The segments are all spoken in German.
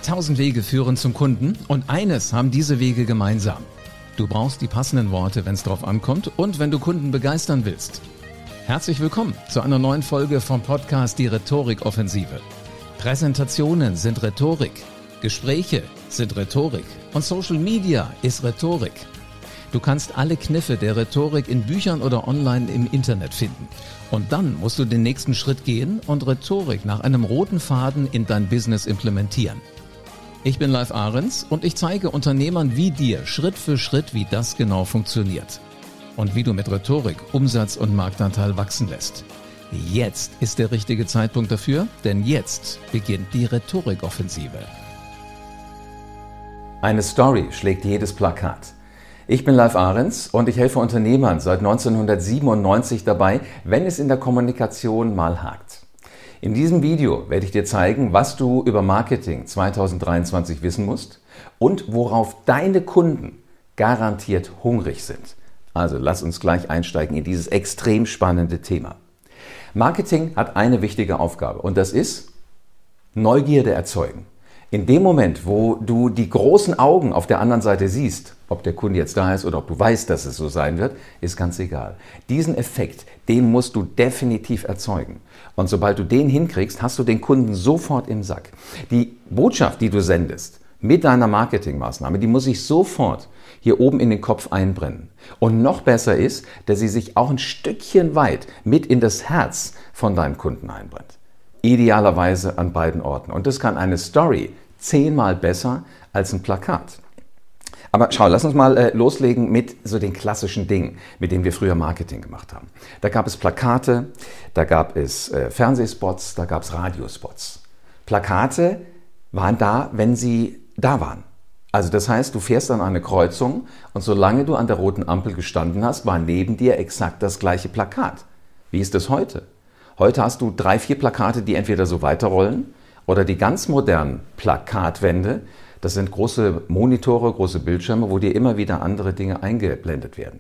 1000 Wege führen zum Kunden und eines haben diese Wege gemeinsam. Du brauchst die passenden Worte, wenn es drauf ankommt und wenn du Kunden begeistern willst. Herzlich willkommen zu einer neuen Folge vom Podcast Die Rhetorikoffensive. Präsentationen sind Rhetorik, Gespräche sind Rhetorik und Social Media ist Rhetorik. Du kannst alle Kniffe der Rhetorik in Büchern oder online im Internet finden. Und dann musst du den nächsten Schritt gehen und Rhetorik nach einem roten Faden in dein Business implementieren. Ich bin Live Ahrens und ich zeige Unternehmern wie dir Schritt für Schritt, wie das genau funktioniert. Und wie du mit Rhetorik Umsatz und Marktanteil wachsen lässt. Jetzt ist der richtige Zeitpunkt dafür, denn jetzt beginnt die Rhetorikoffensive. Eine Story schlägt jedes Plakat. Ich bin Live Ahrens und ich helfe Unternehmern seit 1997 dabei, wenn es in der Kommunikation mal hakt. In diesem Video werde ich dir zeigen, was du über Marketing 2023 wissen musst und worauf deine Kunden garantiert hungrig sind. Also lass uns gleich einsteigen in dieses extrem spannende Thema. Marketing hat eine wichtige Aufgabe und das ist Neugierde erzeugen. In dem Moment, wo du die großen Augen auf der anderen Seite siehst, ob der Kunde jetzt da ist oder ob du weißt, dass es so sein wird, ist ganz egal. Diesen Effekt, den musst du definitiv erzeugen. Und sobald du den hinkriegst, hast du den Kunden sofort im Sack. Die Botschaft, die du sendest mit deiner Marketingmaßnahme, die muss sich sofort hier oben in den Kopf einbrennen. Und noch besser ist, dass sie sich auch ein Stückchen weit mit in das Herz von deinem Kunden einbrennt. Idealerweise an beiden Orten. Und das kann eine Story 10-mal besser als ein Plakat. Aber schau, lass uns mal loslegen mit so den klassischen Dingen, mit denen wir früher Marketing gemacht haben. Da gab es Plakate, da gab es Fernsehspots, da gab es Radiospots. Plakate waren da, wenn sie da waren. Also das heißt, du fährst an eine Kreuzung und solange du an der roten Ampel gestanden hast, war neben dir exakt das gleiche Plakat. Wie ist das heute? Heute hast du 3, 4 Plakate, die entweder so weiterrollen oder die ganz modernen Plakatwände. Das sind große Monitore, große Bildschirme, wo dir immer wieder andere Dinge eingeblendet werden.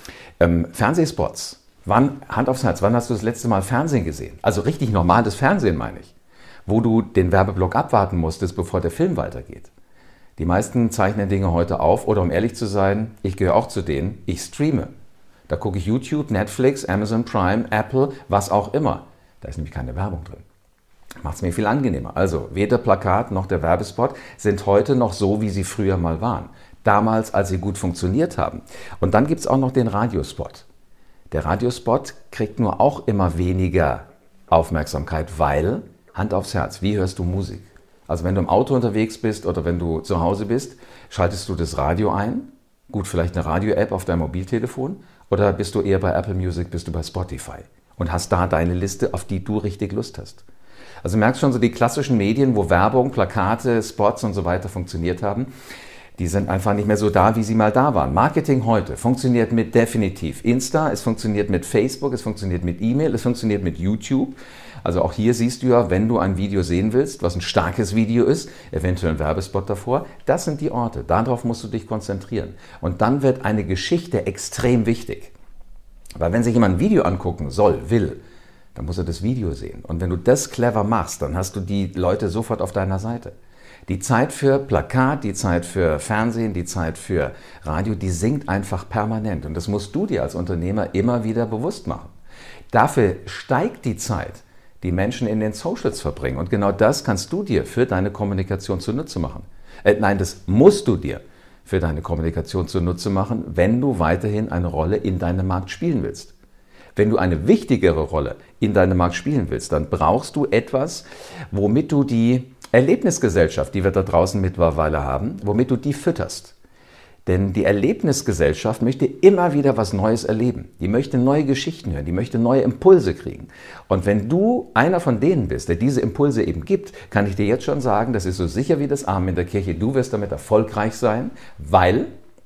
Fernsehspots. Hand aufs Herz, wann hast du das letzte Mal Fernsehen gesehen? Also richtig normales Fernsehen meine ich. Wo du den Werbeblock abwarten musstest, bevor der Film weitergeht. Die meisten zeichnen Dinge heute auf oder um ehrlich zu sein, ich gehöre auch zu denen, ich streame. Da gucke ich YouTube, Netflix, Amazon Prime, Apple, was auch immer. Da ist nämlich keine Werbung drin. Macht es mir viel angenehmer. Also weder Plakat noch der Werbespot sind heute noch so, wie sie früher mal waren. Damals, als sie gut funktioniert haben. Und dann gibt es auch noch den Radiospot. Der Radiospot kriegt nur auch immer weniger Aufmerksamkeit, weil, Hand aufs Herz, wie hörst du Musik? Also wenn du im Auto unterwegs bist oder wenn du zu Hause bist, schaltest du das Radio ein? Gut, vielleicht eine Radio-App auf deinem Mobiltelefon? Oder bist du eher bei Apple Music, bist du bei Spotify? Und hast da deine Liste, auf die du richtig Lust hast. Also merkst schon so die klassischen Medien, wo Werbung, Plakate, Spots und so weiter funktioniert haben, die sind einfach nicht mehr so da, wie sie mal da waren. Marketing heute funktioniert mit definitiv Insta, es funktioniert mit Facebook, es funktioniert mit E-Mail, es funktioniert mit YouTube. Also auch hier siehst du ja, wenn du ein Video sehen willst, was ein starkes Video ist, eventuell ein Werbespot davor, das sind die Orte, darauf musst du dich konzentrieren. Und dann wird eine Geschichte extrem wichtig. Weil wenn sich jemand ein Video angucken will, dann muss er das Video sehen. Und wenn du das clever machst, dann hast du die Leute sofort auf deiner Seite. Die Zeit für Plakat, die Zeit für Fernsehen, die Zeit für Radio, die sinkt einfach permanent. Und das musst du dir als Unternehmer immer wieder bewusst machen. Dafür steigt die Zeit, die Menschen in den Socials verbringen. Und genau das kannst du dir für deine Kommunikation zunutze machen. Nein, das musst du dir für deine Kommunikation zunutze machen, wenn du weiterhin eine Rolle in deinem Markt spielen willst. Wenn du eine wichtigere Rolle in deinem Markt spielen willst, dann brauchst du etwas, womit du die Erlebnisgesellschaft, die wir da draußen mittlerweile haben, womit du die fütterst. Denn die Erlebnisgesellschaft möchte immer wieder was Neues erleben. Die möchte neue Geschichten hören, die möchte neue Impulse kriegen. Und wenn du einer von denen bist, der diese Impulse eben gibt, kann ich dir jetzt schon sagen, das ist so sicher wie das Amen in der Kirche, du wirst damit erfolgreich sein, weil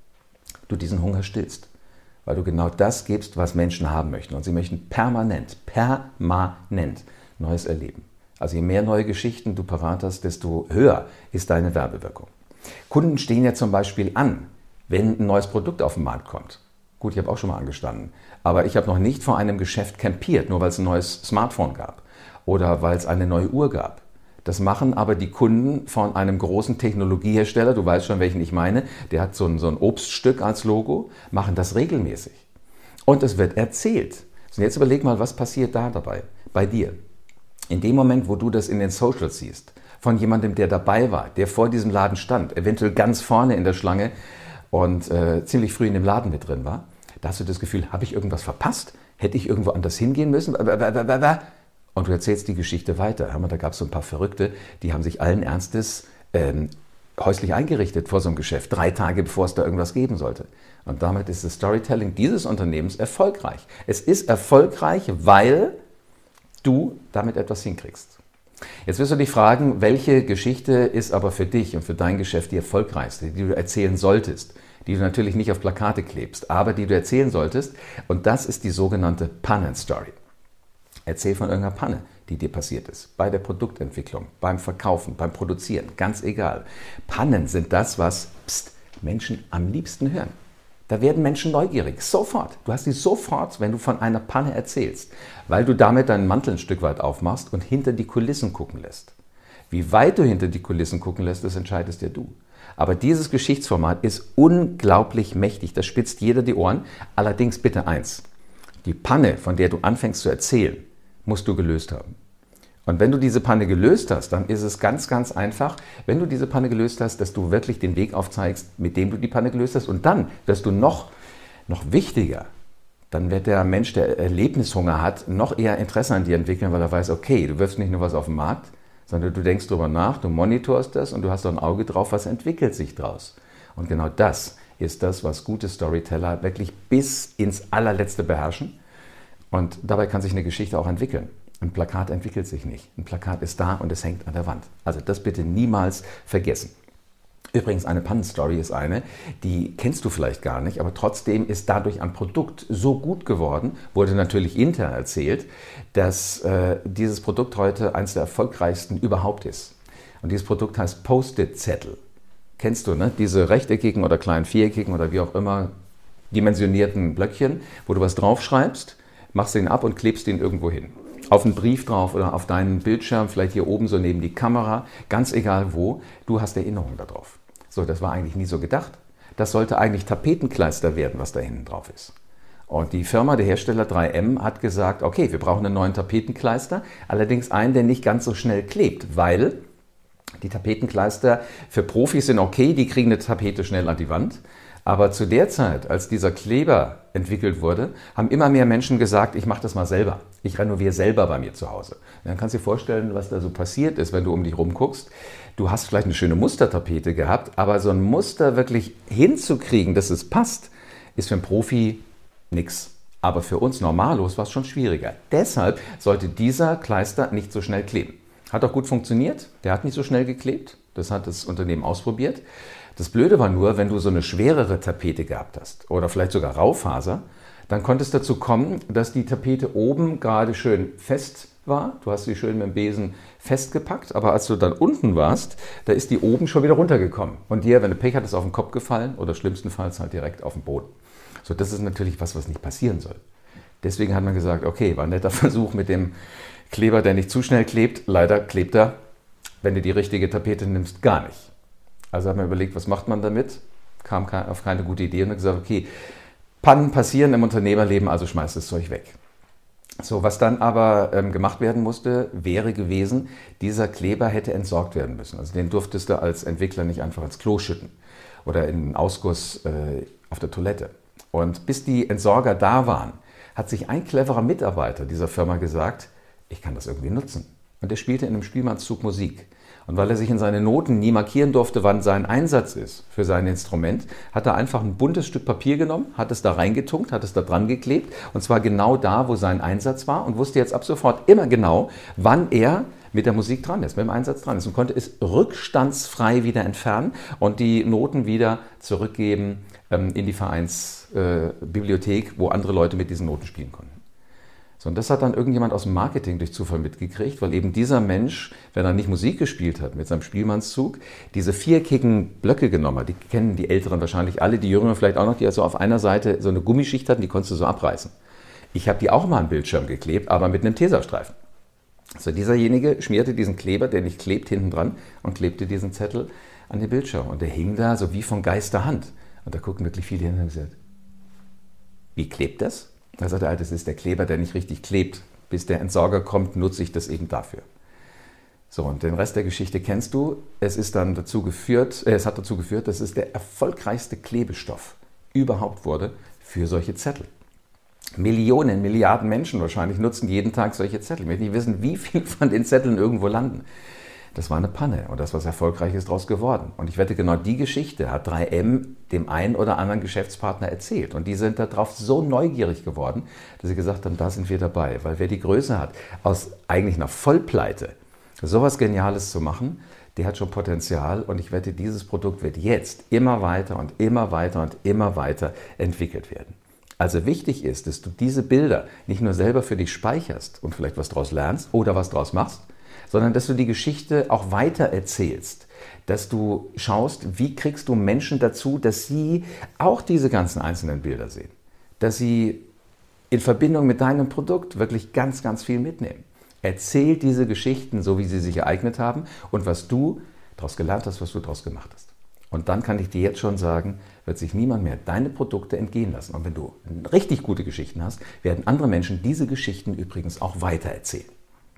du diesen Hunger stillst. Weil du genau das gibst, was Menschen haben möchten. Und sie möchten permanent Neues erleben. Also je mehr neue Geschichten du parat hast, desto höher ist deine Werbewirkung. Kunden stehen ja zum Beispiel an, wenn ein neues Produkt auf den Markt kommt. Gut, ich habe auch schon mal angestanden. Aber ich habe noch nicht vor einem Geschäft campiert, nur weil es ein neues Smartphone gab. Oder weil es eine neue Uhr gab. Das machen aber die Kunden von einem großen Technologiehersteller, du weißt schon, welchen ich meine, der hat so ein Obststück als Logo, machen das regelmäßig. Und es wird erzählt. Und jetzt überleg mal, was passiert da dabei, bei dir? In dem Moment, wo du das in den Socials siehst, von jemandem, der dabei war, der vor diesem Laden stand, eventuell ganz vorne in der Schlange und ziemlich früh in dem Laden mit drin war, da hast du das Gefühl, habe ich irgendwas verpasst? Hätte ich irgendwo anders hingehen müssen? Und du erzählst die Geschichte weiter. Da gab es so ein paar Verrückte, die haben sich allen Ernstes häuslich eingerichtet vor so einem Geschäft, 3 Tage bevor es da irgendwas geben sollte. Und damit ist das Storytelling dieses Unternehmens erfolgreich. Es ist erfolgreich, weil du damit etwas hinkriegst. Jetzt wirst du dich fragen, welche Geschichte ist aber für dich und für dein Geschäft die erfolgreichste, die du erzählen solltest, die du natürlich nicht auf Plakate klebst, aber die du erzählen solltest. Und das ist die sogenannte Pannen-Story. Erzähl von irgendeiner Panne, die dir passiert ist. Bei der Produktentwicklung, beim Verkaufen, beim Produzieren, ganz egal. Pannen sind das, was Menschen am liebsten hören. Da werden Menschen neugierig, sofort. Du hast sie sofort, wenn du von einer Panne erzählst, weil du damit deinen Mantel ein Stück weit aufmachst und hinter die Kulissen gucken lässt. Wie weit du hinter die Kulissen gucken lässt, das entscheidest ja du. Aber dieses Geschichtsformat ist unglaublich mächtig, das spitzt jeder die Ohren. Allerdings bitte eins, die Panne, von der du anfängst zu erzählen, musst du gelöst haben. Und wenn du diese Panne gelöst hast, dann ist es ganz, ganz einfach, wenn du diese Panne gelöst hast, dass du wirklich den Weg aufzeigst, mit dem du die Panne gelöst hast. Und dann wirst du noch wichtiger, dann wird der Mensch, der Erlebnishunger hat, noch eher Interesse an dir entwickeln, weil er weiß, okay, du wirfst nicht nur was auf den Markt, sondern du denkst darüber nach, du monitorst das und du hast auch ein Auge drauf, was entwickelt sich draus. Und genau das ist das, was gute Storyteller wirklich bis ins Allerletzte beherrschen. Und dabei kann sich eine Geschichte auch entwickeln. Ein Plakat entwickelt sich nicht. Ein Plakat ist da und es hängt an der Wand. Also das bitte niemals vergessen. Übrigens, eine Pannenstory ist eine, die kennst du vielleicht gar nicht, aber trotzdem ist dadurch ein Produkt so gut geworden, wurde natürlich intern erzählt, dass dieses Produkt heute eines der erfolgreichsten überhaupt ist. Und dieses Produkt heißt Post-it-Zettel. Kennst du, ne? Diese rechteckigen oder kleinen viereckigen oder wie auch immer dimensionierten Blöckchen, wo du was draufschreibst, machst den ab und klebst den irgendwo hin. Auf einen Brief drauf oder auf deinen Bildschirm, vielleicht hier oben so neben die Kamera, ganz egal wo, du hast Erinnerungen darauf. So, das war eigentlich nie so gedacht. Das sollte eigentlich Tapetenkleister werden, was da hinten drauf ist. Und die Firma, der Hersteller 3M, hat gesagt, okay, wir brauchen einen neuen Tapetenkleister, allerdings einen, der nicht ganz so schnell klebt, weil die Tapetenkleister für Profis sind okay, die kriegen eine Tapete schnell an die Wand. Aber zu der Zeit, als dieser Kleber entwickelt wurde, haben immer mehr Menschen gesagt, ich mache das mal selber. Ich renoviere selber bei mir zu Hause. Und dann kannst du dir vorstellen, was da so passiert ist, wenn du um dich rum guckst. Du hast vielleicht eine schöne Mustertapete gehabt, aber so ein Muster wirklich hinzukriegen, dass es passt, ist für einen Profi nix. Aber für uns Normalos war es schon schwieriger. Deshalb sollte dieser Kleister nicht so schnell kleben. Hat auch gut funktioniert, der hat nicht so schnell geklebt. Das hat das Unternehmen ausprobiert. Das Blöde war nur, wenn du so eine schwerere Tapete gehabt hast oder vielleicht sogar Raufaser, dann konnte es dazu kommen, dass die Tapete oben gerade schön fest war. Du hast sie schön mit dem Besen festgepackt, aber als du dann unten warst, da ist die oben schon wieder runtergekommen. Und dir, wenn du Pech hattest, auf den Kopf gefallen oder schlimmstenfalls halt direkt auf den Boden. So, das ist natürlich was nicht passieren soll. Deswegen hat man gesagt, okay, war ein netter Versuch mit dem Kleber, der nicht zu schnell klebt. Leider klebt er, wenn du die richtige Tapete nimmst, gar nicht. Also hat man überlegt, was macht man damit? Kam auf keine gute Idee und hat gesagt, okay, Pannen passieren im Unternehmerleben, also schmeißt das Zeug weg. So, was dann aber gemacht werden musste, wäre gewesen, dieser Kleber hätte entsorgt werden müssen. Also den durftest du als Entwickler nicht einfach ins Klo schütten oder in einen Ausguss auf der Toilette. Und bis die Entsorger da waren, hat sich ein cleverer Mitarbeiter dieser Firma gesagt, ich kann das irgendwie nutzen. Und der spielte in einem Spielmannszug Musik. Und weil er sich in seine Noten nie markieren durfte, wann sein Einsatz ist für sein Instrument, hat er einfach ein buntes Stück Papier genommen, hat es da reingetunkt, hat es da dran geklebt und zwar genau da, wo sein Einsatz war und wusste jetzt ab sofort immer genau, wann er mit der Musik dran ist, mit dem Einsatz dran ist und konnte es rückstandsfrei wieder entfernen und die Noten wieder zurückgeben in die Vereinsbibliothek, wo andere Leute mit diesen Noten spielen konnten. So, und das hat dann irgendjemand aus dem Marketing durch Zufall mitgekriegt, weil eben dieser Mensch, wenn er nicht Musik gespielt hat mit seinem Spielmannszug, diese viereckigen Blöcke genommen hat. Die kennen die Älteren wahrscheinlich alle, die Jüngeren vielleicht auch noch, die also auf einer Seite so eine Gummischicht hatten, die konntest du so abreißen. Ich habe die auch mal am Bildschirm geklebt, aber mit einem Tesastreifen. So, dieserjenige schmierte diesen Kleber, der nicht klebt, hinten dran und klebte diesen Zettel an den Bildschirm. Und der hing da so wie von Geisterhand. Und da guckten wirklich viele hin und haben gesagt, wie klebt das? Da sagte er, das ist der Kleber, der nicht richtig klebt. Bis der Entsorger kommt, nutze ich das eben dafür. So, und den Rest der Geschichte kennst du. Es hat dazu geführt, dass es der erfolgreichste Klebestoff überhaupt wurde für solche Zettel. Millionen, Milliarden Menschen wahrscheinlich nutzen jeden Tag solche Zettel. Ich möchte nicht wissen, wie viele von den Zetteln irgendwo landen. Das war eine Panne und das ist was Erfolgreiches daraus geworden. Und ich wette, genau die Geschichte hat 3M dem einen oder anderen Geschäftspartner erzählt. Und die sind darauf so neugierig geworden, dass sie gesagt haben, da sind wir dabei. Weil wer die Größe hat, aus eigentlich einer Vollpleite sowas Geniales zu machen, der hat schon Potenzial. Und ich wette, dieses Produkt wird jetzt immer weiter und immer weiter und immer weiter entwickelt werden. Also wichtig ist, dass du diese Bilder nicht nur selber für dich speicherst und vielleicht was daraus lernst oder was daraus machst, sondern dass du die Geschichte auch weiter erzählst, dass du schaust, wie kriegst du Menschen dazu, dass sie auch diese ganzen einzelnen Bilder sehen, dass sie in Verbindung mit deinem Produkt wirklich ganz, ganz viel mitnehmen. Erzähl diese Geschichten, so wie sie sich ereignet haben und was du daraus gelernt hast, was du daraus gemacht hast. Und dann kann ich dir jetzt schon sagen, wird sich niemand mehr deine Produkte entgehen lassen. Und wenn du richtig gute Geschichten hast, werden andere Menschen diese Geschichten übrigens auch weitererzählen.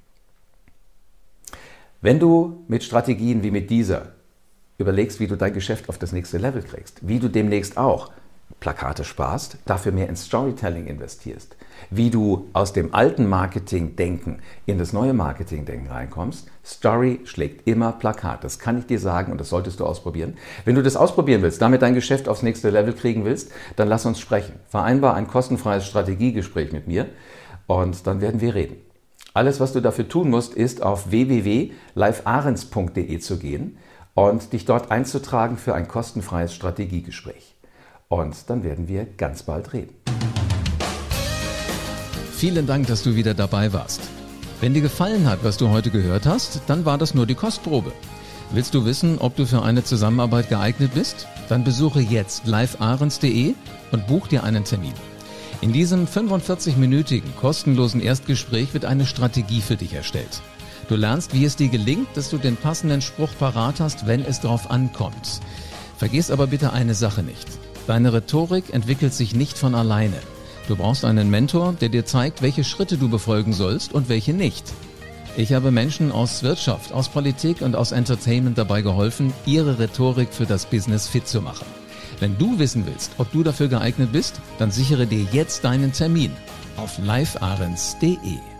Wenn du mit Strategien wie mit dieser überlegst, wie du dein Geschäft auf das nächste Level kriegst, wie du demnächst auch Plakate sparst, dafür mehr ins Storytelling investierst, wie du aus dem alten Marketing-Denken in das neue Marketing-Denken reinkommst, Story schlägt immer Plakat. Das kann ich dir sagen und das solltest du ausprobieren. Wenn du das ausprobieren willst, damit dein Geschäft aufs nächste Level kriegen willst, dann lass uns sprechen. Vereinbar ein kostenfreies Strategiegespräch mit mir und dann werden wir reden. Alles, was du dafür tun musst, ist auf www.liveahrens.de zu gehen und dich dort einzutragen für ein kostenfreies Strategiegespräch. Und dann werden wir ganz bald reden. Vielen Dank, dass du wieder dabei warst. Wenn dir gefallen hat, was du heute gehört hast, dann war das nur die Kostprobe. Willst du wissen, ob du für eine Zusammenarbeit geeignet bist? Dann besuche jetzt liveahrens.de und buch dir einen Termin. In diesem 45-minütigen kostenlosen Erstgespräch wird eine Strategie für dich erstellt. Du lernst, wie es dir gelingt, dass du den passenden Spruch parat hast, wenn es drauf ankommt. Vergiss aber bitte eine Sache nicht. Deine Rhetorik entwickelt sich nicht von alleine. Du brauchst einen Mentor, der dir zeigt, welche Schritte du befolgen sollst und welche nicht. Ich habe Menschen aus Wirtschaft, aus Politik und aus Entertainment dabei geholfen, ihre Rhetorik für das Business fit zu machen. Wenn du wissen willst, ob du dafür geeignet bist, dann sichere dir jetzt deinen Termin auf liveahrens.de.